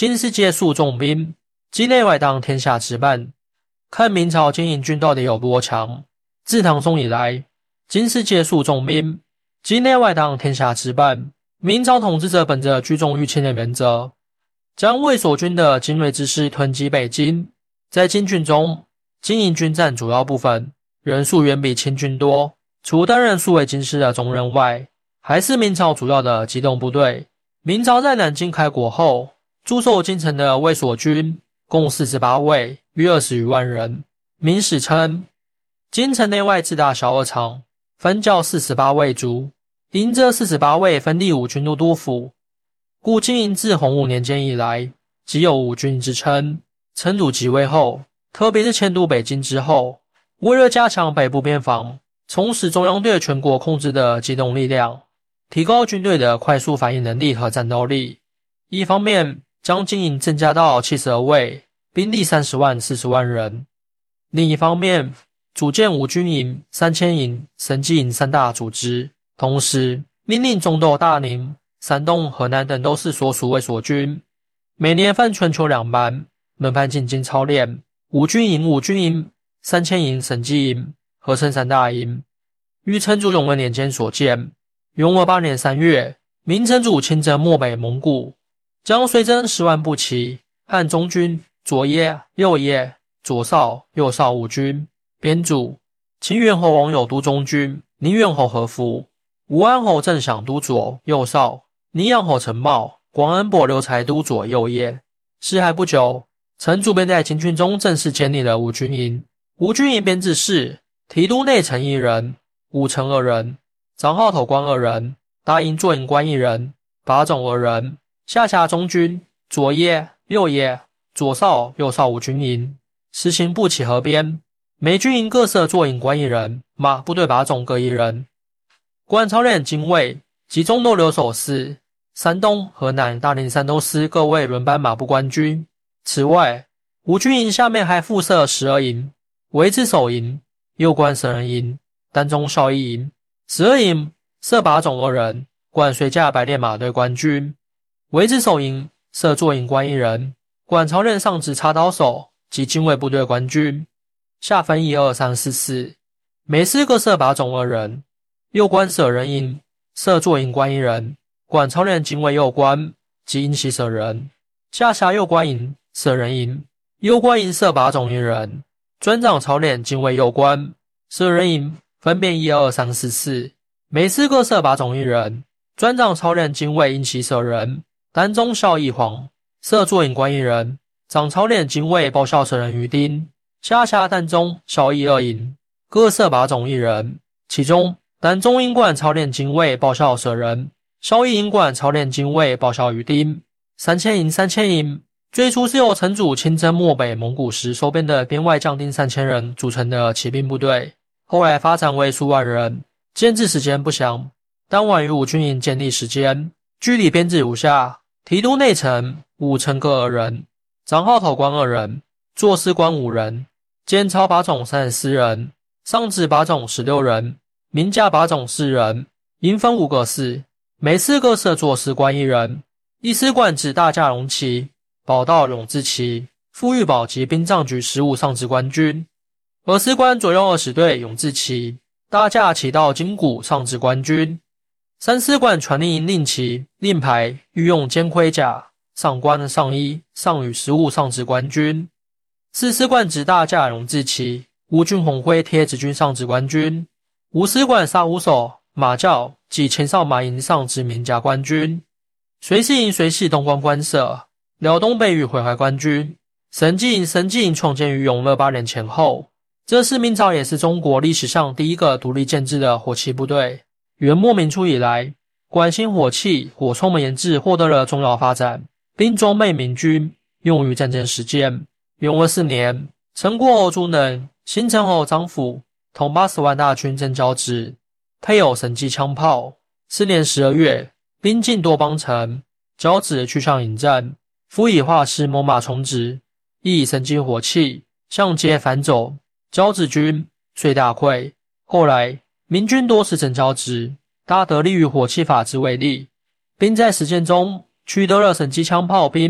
新世界数重兵，畿内外当天下之半。看明朝经营军到底有多强。自唐宋以来，今世界数重兵，畿内外当天下之半。明朝统治者本着聚众御轻的原则，将卫所军的精锐之师囤积北京。在金军中，经营军占主要部分，人数远比清军多。除担任数位军师的中人外，还是明朝主要的机动部队。明朝在南京开国后，驻守京城的卫所军共48位，约20余万人。明史称，京城内外自大小二场，分教48位卒，因这48位分第五军都督府，故经营自洪武年间以来，即有五军之称。成祖即位后，特别是迁都北京之后，为了加强北部边防，重拾中央对全国控制的机动力量，提高军队的快速反应能力和战斗力，一方面将经营增加到72位，兵力30万、40万人；另一方面，组建五军营、3000营、神机营三大组织，同时命令中斗、大宁、山东、河南等都是所属卫所军，每年分春秋两班，轮番进京操练。五军营、3000营、神机营合称三大营，于成祖永乐年间所建。永乐8年3月，明成祖亲征漠北蒙古，将随征10万步骑和中军左野、右野、左少、右少五军编组。清元侯王友督中军，宁远侯何福，武安侯郑享督左、右少，宁阳侯陈茂、广安伯刘才督左、右野。事还不久，成祖便在京军中正式建立了五军营。五军营编制是提督内丞1人，武丞2人，长号头官2人，大营坐营官1人，把总2人，下辖中军、左野、右野、左少、右少五军营，实行步骑合编。每军营各设坐营官1人，马部队把总各1人。官操练精卫及中斗留守司、山东、河南、大宁山东司各为轮班马步官军。此外，五军营下面还附设12营，为之守营、右官舍人营、丹中校尉营。12营设把总2人，管随驾白练马队官军。为之守营设坐营官1人，管操练上至插刀手及精卫部队官军。下分1、2、3、4、4，每师各设把总2人。右官舍人营设坐营官1人，管操练精卫右官及营骑舍人。下辖右官营、舍人营。右官营设把总1人，专掌操练精卫右官。舍人营分别1、2、3、4、4，每师各设把总1人，专掌操练精卫营骑舍人。丹中校尉黄设坐营官1人，掌操练精卫报效舍人于丁。下辖丹中校尉2营，各设把总1人，其中丹中营管操练精卫报效舍人，校尉营管操练精卫报效于丁。3000营最初是由成祖亲征漠北蒙古时收编的边外将丁3000人组成的骑兵部队，后来发展为数万人，建制时间不详，但晚于五军营建立时间。具体编制如下：提督内丞、武丞各2人，长号头官2人，坐司官5人，监操把总34人，上旨把总16人，民驾把总4人。营分5个师，每师各设坐司官1人。一师管指大驾龙旗、宝道永志旗、副御宝及兵杖局15上职官军。二师管左右20队永志旗、大驾骑到金鼓上职官军。三师管传令营令旗、令牌、御用肩盔甲、上官、上衣、上羽15上职官军。四师管指大驾永志旗、乌军红徽贴职军上职官军。五师管杀五手、马教及前哨马营上职民甲官军。随侍营随系东关官舍、辽东北与淮淮官军。神机营创建于永乐8年前后，这是明朝也是中国历史上第一个独立建制的火器部队。元末明初以来，管新火器、火铳们研制获得了重要发展，并装备明军，用于战争实践。永乐4年，成国侯朱能、新城侯张辅统80万大军征交趾，配有神机枪炮。4年12月，兵进多邦城，交趾去向迎战，辅以画师猛马冲直，亦以神机火器向街反走，交趾军遂大溃。后来明军多次征交趾，大得利于火器法之威力，并在实践中取得了神机枪炮兵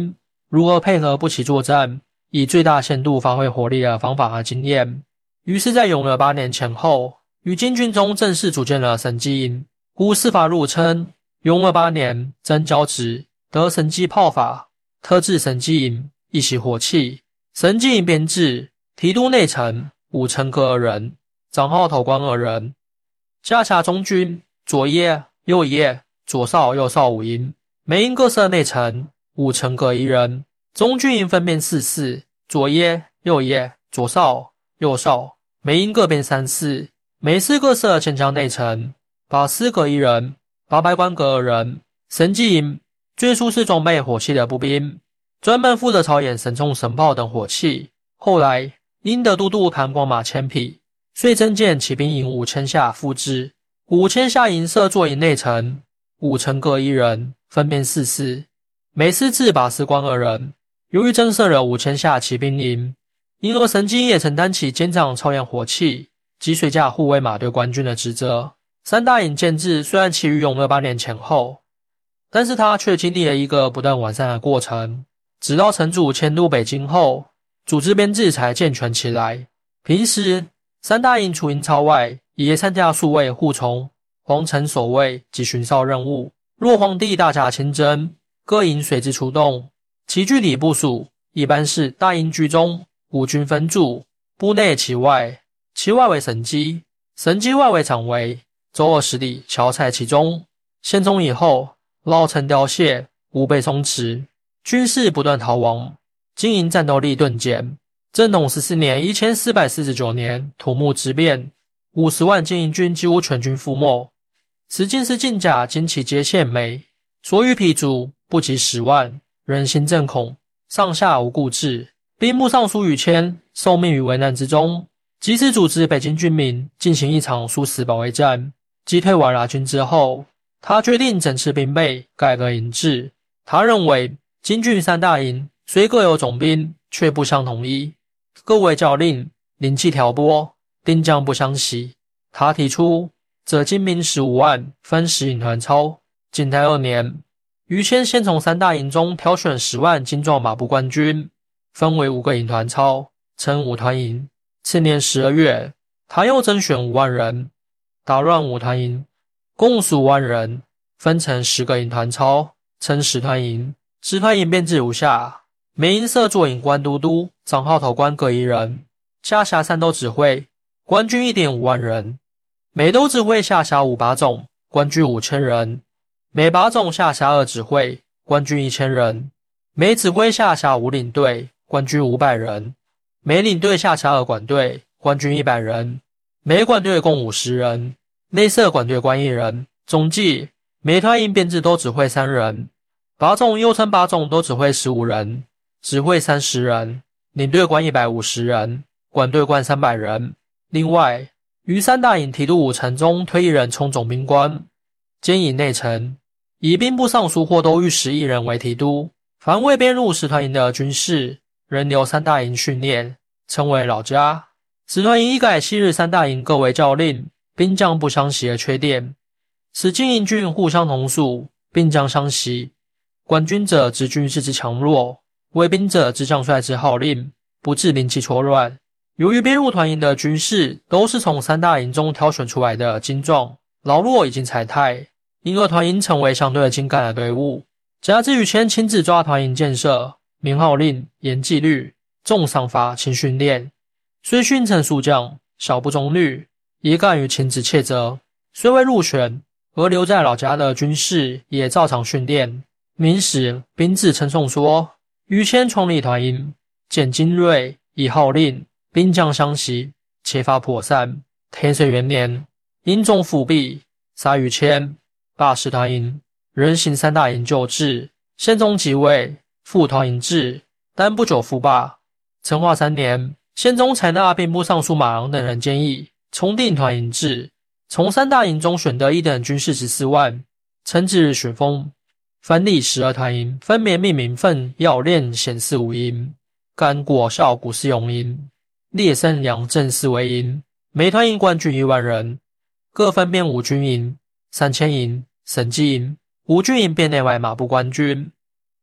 如何配合不期作战，以最大限度发挥火力的方法和经验。于是在永乐8年前后，于金军中正式组建了神机营，故司法录称永乐8年征交职，得神机炮法，特制神机营，一袭火器。神机营编制：提督内丞5城各2人，长号头官2人，下辖中军左掖、右掖、左哨、右哨5营，每营各设内丞5城各1人。中军营分编4士，左掖、右掖、左哨、右哨，每营各编3士，每师各设前枪内丞，8师各1人，8百官各2人。神机营最初是装备火器的步兵，专门负责操演神冲、神炮等火器。后来因得都督谭光马千匹，遂增建骑兵营5000下副之，5000下营设坐营内丞5城各1人，分编4师，每师至8师官2人。由于增设了5000下骑兵营，因而神机也承担起监掌操演火器及水驾护卫马队官军的职责。3大营建制虽然起于永乐8年前后，但是它却经历了一个不断完善的过程，直到城主迁都北京后，组织编制才健全起来。平时3大营除营操外，也参加数位护从、皇城守卫及巡哨任务。若皇帝大驾亲征，各营随之出动。其具体部署一般是大营居中，5军分驻，部内其外，其外为神机，神机外为常围，周20里，乔采其中。宪宗以后，老臣凋谢，无备松弛，军士不断逃亡，经营战斗力顿减。正统14年1449年土木之变，50万经营军几乎全军覆没。此进士进甲经其皆献美，所余匹卒不及10万。人心震恐，上下无顾治。兵部尚书宇谦受命于危难之中，及时组织北京军民进行一场殊死保卫战。击退瓦剌军之后，他决定整治兵备，改革营制。他认为京军3大营虽各有总兵，却不相统一，各为教令，领气调拨，兵将不相袭。他提出择精兵15万，分10营团操。景泰2年，于谦先从3大营中挑选10万精壮马步官军，分为5个营团操，称5团营。次年12月，他又征选5万人，打乱5团营，共15万人，分成10个营团操，称10团营。10团营编制如下：每营设坐营官都督、长号头官各1人，下辖3都指挥，官军 1.5 万人。每都指挥下辖5把总，官军5000人。每把总下辖2指挥，官军1000人。每指挥下辖5领队，官军500人。每领队下辖2管队，官军100人。每管队共50人，内设管队官1人。总计每团营编制都指挥3人，把总又称把总都指挥15人，指挥30人，领队官150人，管队官300人。另外，于3大营提督5城中推1人充总兵官，兼营内丞，以兵部尚书或都御史1人为提督。凡未编入10团营的军士，仍留3大营训练，称为老家。10团营一改昔日3大营各为教令、兵将不相袭的缺点，使经营军互相同属，兵将相袭。管军者知军事之强弱，为兵者知将帅之号令，不致兵器错乱。由于编入团营的军士都是从3大营中挑选出来的精壮、老弱以及才态，因而团营成为相对精干的队伍。加之宇谦亲自抓团营建设，明号令，严纪律，重赏罚，轻训练，虽训成数将，小不中律，也敢于亲自切责。虽未入选，而留在老家的军士也照常训练。明史兵志称颂说，宇谦创立团营，简精锐，以号令，兵将相袭，切发颇善。天水元年，因中复辟，杀宇谦，罢10团营，仍行3大营旧制。宪宗即位，复团营制，但不久复罢。成化3年，宪宗采纳兵部尚书马郎等人建议，重定团营制，从3大营中选得一等军士14万，称之日巡封。分立12团营，分别命名分要练显示5营，甘果孝古四勇营，烈生良正4为营。每团营官军1万人，各分编5军营、3000营、审计营。5军营编内外马步官军。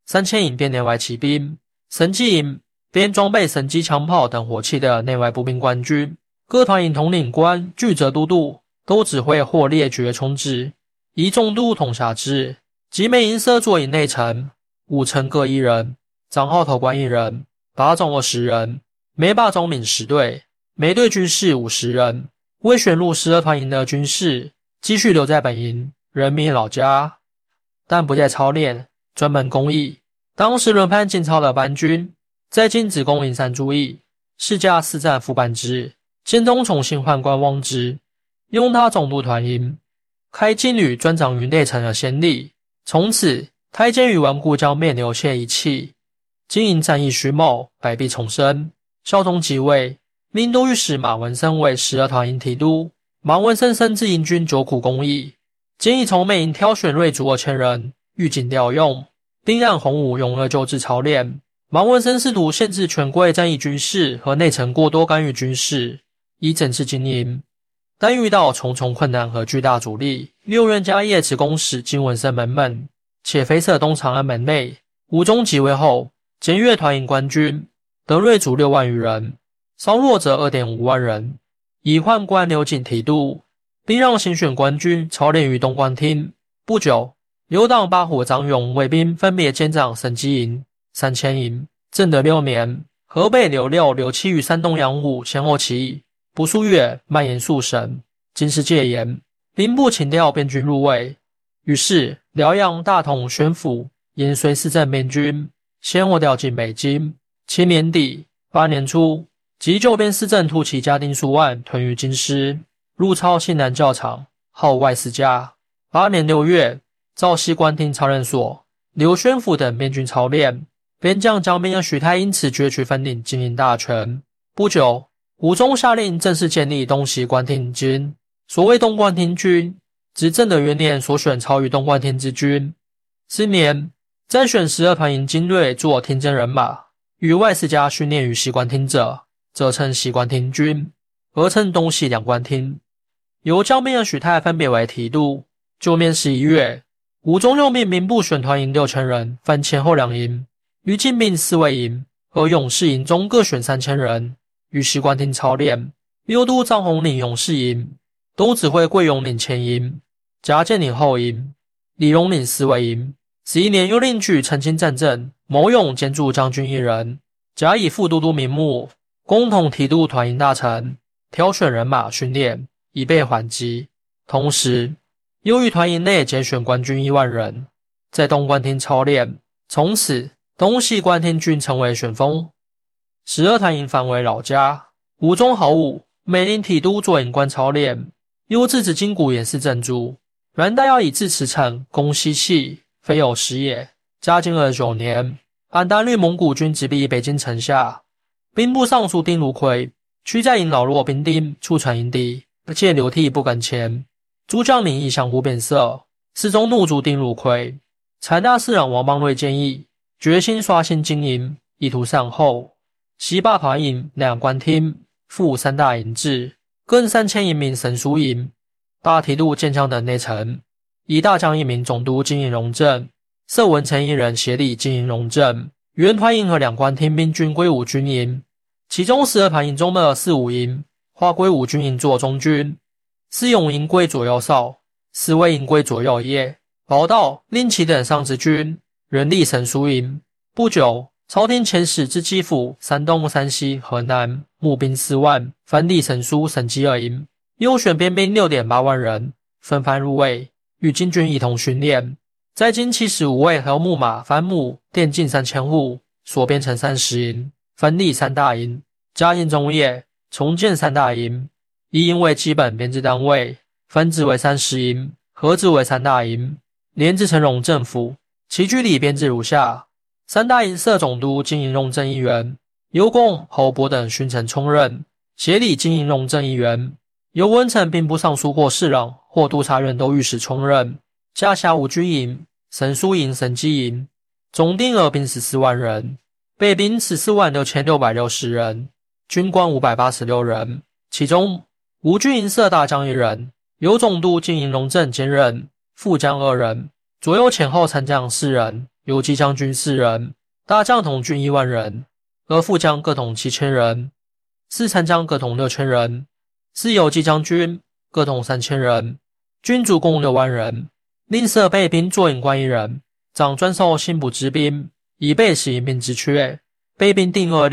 3000营编内外骑兵，神机营编装备神机枪炮等火器的内外步兵官军，各团营统领官、巨责都督都指挥或列爵充之，以总督统辖之。及每营设作营内丞，5丞各1人，长号头官1人，把总20人，每把总领10队，每队军士50人。未选入12团营的军士，继续留在本营，人民老家，但不再操练，专门公役。当时轮番进操的班军，在今只供营3注役，市价4战副班之。建中重新宦官汪之，用他总督团营，开禁旅专掌于内城的先例。从此，太监与顽固将面流泄一气，经营战役虚冒，百弊丛生。孝宗即位，命都御史马文生为12团营提督。马文生深知营军久苦公役，建议从每营挑选锐卒2000人，预警调用，并让洪武永乐就制操练。马文生试图限制权贵战役军事和内臣过多干预军事，以整治经营。但遇到重重困难和巨大阻力，6任家业持公使金文生门闷，且非设东长安门内。武宗即位后，检阅团营官军，得锐卒6万余人，稍弱者 2.5 万人，以宦官刘瑾提督，并让新选官军操练于东关厅。不久，留党八虎张勇卫兵分别兼掌神机营、3000营。正德6年，河北刘六、刘七与山东杨虎先后起义，不数月蔓延数省，京师戒严，兵部请调边军入卫。于是辽阳、大同、宣府、延绥4镇边军先后调进北京。7年底、8年初，即旧边4镇突骑家丁数万屯于京师，入操西南教场，号外四家。8年6月，赵西官厅操练所、刘宣府等边军操练，边将江边的许太因此攫取分领经营大权。不久，武宗下令正式建立东西关厅军。所谓东关厅军，指正德元年所选操于东关厅之军。次年，再选12团营精锐做厅监人马，与外四家训练于西关厅者，则称西关厅军，合称东西两关厅。由江边的许太分别为提督。就面11月，武宗又命民部选团营6000人，分前后2营，于进兵4卫营和勇士营中各选3000人，于西关厅操练。右都张宏领勇士营，都指挥桂勇领前营，贾建领后营，李荣领4卫营。11年又另举澄清战阵，谋勇兼助将军1人，假以副都督名目，共同提督团营大臣，挑选人马训练，以备缓急。同时，又于团营内拣选官军1万人，在东关厅操练。从此，东西关厅军成为旋风。12团营返回老家。武宗好武，每令提督做营官操练，又制止金谷严氏镇住。然但要以制持产，攻西气，非有时也。嘉靖29年，按单率蒙古军直逼北京城下，兵部尚书丁如奎驱在营老弱兵丁，出传营敌，借流涕不敢前。诸将领亦相互变色，侍中怒诛丁如奎。财大侍郎王邦瑞建议，决心刷新经营，意图善后。西坝团营、两关厅，复3大营制，更3000营名神书营，大提督建枪等内臣，以大将1名总督经营荣政，设文臣1人协理经营荣政。原团营和两关厅兵军归伍军营，其中12团营中的4、5营划归伍军营做中军，4勇营归左右哨，4卫营归左右叶。保道、令旗等上之军人力神书营。不久，朝廷遣使至基辅、山东、山西、河南，募兵4万，番地神书神机2营，又选边兵 6.8 万人，分番入卫，与金军一同训练。在京75卫和木马、番木、电进3000户，所编成30营，分立3大营。嘉靖中叶，重建3大营，一营为基本编制单位，分制为30营，合制为3大营，连制成荣政府。其居里编制如下：3大营设总督经营荣政1员，由贡、侯伯等勋臣充任；协理经营荣政1员，由文臣兵部尚书或侍郎或督察院都御史充任。下辖5军营、神书营、神机营，总定额兵14万人，备兵146660人，军官586人。其中，吴军营设大将1人，由总督经营荣政兼任，副将2人，左右前后参将4人， 游击将军4人，大将统军1万人，2副将各统7000人，4参将各统6000人，4游击将军各统3000人，军卒共6万人，另设备兵作营官1人，掌专授新补之兵，以备使营兵之缺。备兵定额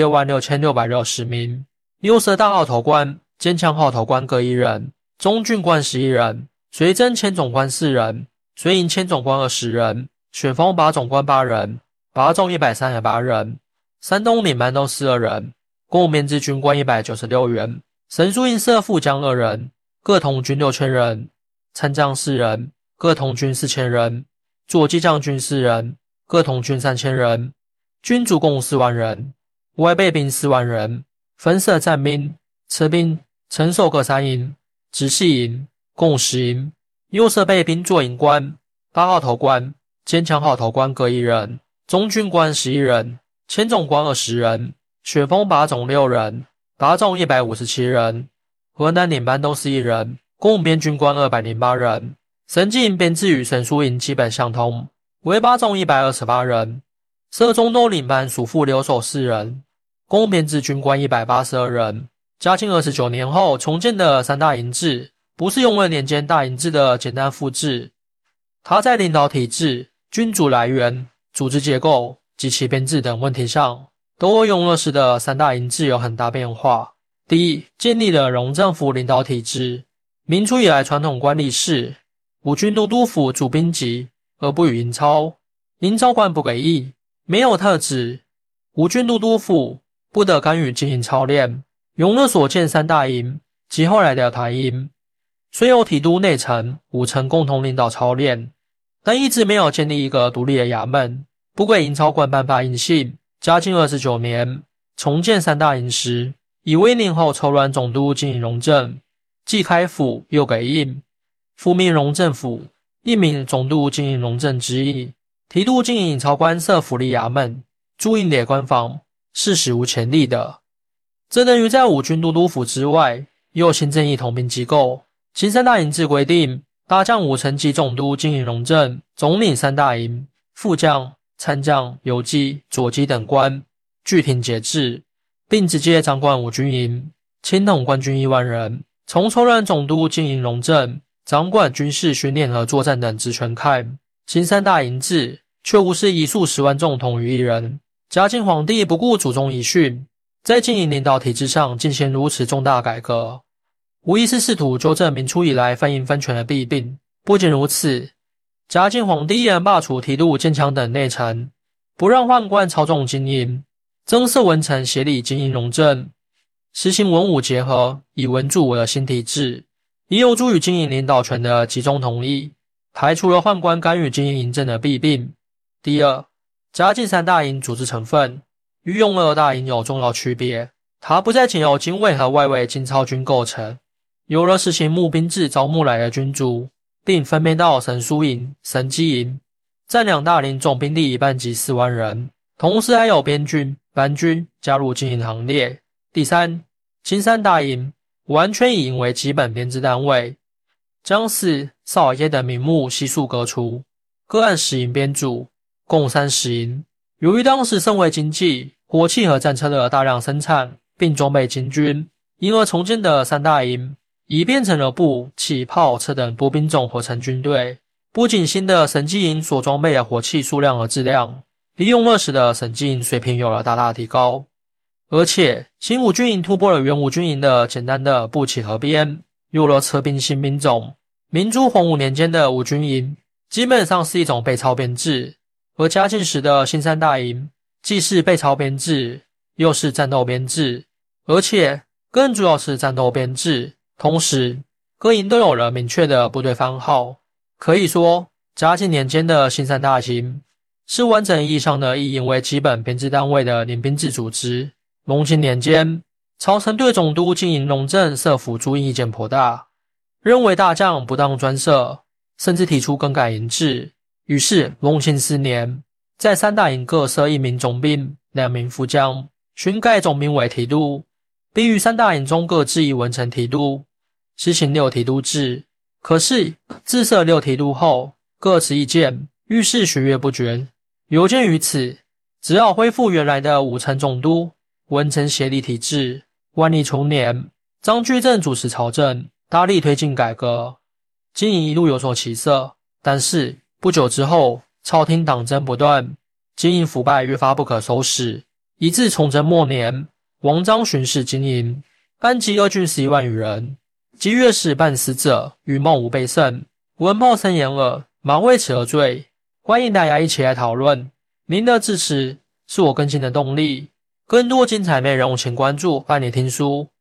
66660名，又设大号头官、坚强号头官各1人，中军官11人，随征前总官4人，随营前总官20人，选封把总官8人，把总138人，山东领班都12人，共编制军官196员。神书营设副将2人，各统军6000人，参将4人，各统军4000人，左骑将军4人，各统军3000人，军卒共4万人，外备兵4万人，分设战兵、车兵、城守各3营，直系营共10营，又设备兵作营官、8号头官、坚强号头官各1人，中军官11人，前总官20人，选封把总6人，把总157人，河南领班都是1人，共编军官208人。神机营编制与神书营基本相同，为把总128人。设中都领班属副留守4人，共编制军官182人。嘉靖29年后重建的3大营制，不是用了年间大营制的简单复制，它在领导体制、军主来源、组织结构及其编制等问题上，都和永乐时的3大营制有很大变化。第一，建立了荣政府领导体制。明初以来传统惯例是，五军都督府主兵籍，而不予营操，营操官不给役，没有特指，五军都督府不得干预进行操练。永乐所建3大营及后来的台营，虽有体督内丞、武丞共同领导操练，但一直没有建立一个独立的衙门，不给营操官颁发印信。嘉靖29年重建3大营时，以威宁后筹乱总督经营荣政，既开府又给印，复命荣政府，一名总督经营荣政之意。提督经营营操官设府吏衙门，驻营列官房，是史无前例的。这等于在五军都督府之外，又新增一统兵机构。新3大营制规定，大将武丞及总督经营荣政，总领3大营，副将、参将、游击、左机等官具廷节制，并直接掌管五军营，亲统官军1万人。从筹乱总督经营荣政，掌管军事训练和作战等职权看，新3大营制却无视以数10万众统于一人。嘉靖皇帝不顾祖宗遗训，在经营领导体制上进行如此重大改革，无疑是试图纠正明初以来分营分权的弊病。不仅如此，嘉靖皇帝依然罢黜提督、监强等内丞，不让宦官操纵经营，增设文臣协理经营荣政，实行文武结合，以文助武的新体制，也有助于经营领导权的集中统一，排除了宦官干预经营营政的弊病。第二，嘉靖3大营组织成分与永乐2大营有重要区别，它不再仅由精卫和外围精操军构成，有了实行募兵制招募来的军卒，并分配到神书营、神机营，占2大营总兵力一半及4万人，同时还有边军、班军加入经营行列。第三，新3大营完全以营为基本编制单位，将士、少爷等名目悉数革除，各按10营编组，共30营。由于当时盛会经济、火器和战车的大量生产，并装备精军，因而重建的3大营已变成了步、骑、炮车等多兵种合成军队。不仅新的神机营所装备的火器数量和质量比永乐时的神机营水平有了大大提高，而且新五军营突破了原五军营的简单的步骑合编，有了车兵新兵种。明朱洪武年间的五军营基本上是一种被操编制，而嘉靖时的新3大营既是被操编制，又是战斗编制，而且更主要是战斗编制。同时各营都有了明确的部队番号，可以说嘉靖年间的新3大营是完整意义上的以营为基本编制单位的领兵制组织。隆庆年间，朝臣对总督经营荣政设辅助意见颇大，认为大将不当专设，甚至提出更改营制。于是隆庆4年，在3大营各设1名总兵、2名副将，勋盖总兵为提督，并于3大营中各置1文臣提督，实行6提督制。可是自设6提督后，各持意见，遇事学阅不决， 有鉴于此，只要恢复原来的五城总督、文臣协力体制，万历初年，张居正主持朝政，大力推进改革，经营一路有所起色。但是不久之后，朝廷党争不断，经营腐败越发不可收拾，以至崇祯末年，王章巡视经营，安吉2郡11万余人，即御史办司者与孟武备胜，闻炮声掩耳，忙为此而罪。欢迎大家一起来讨论，您的支持是我更新的动力。更多精彩内容请关注伴你听书。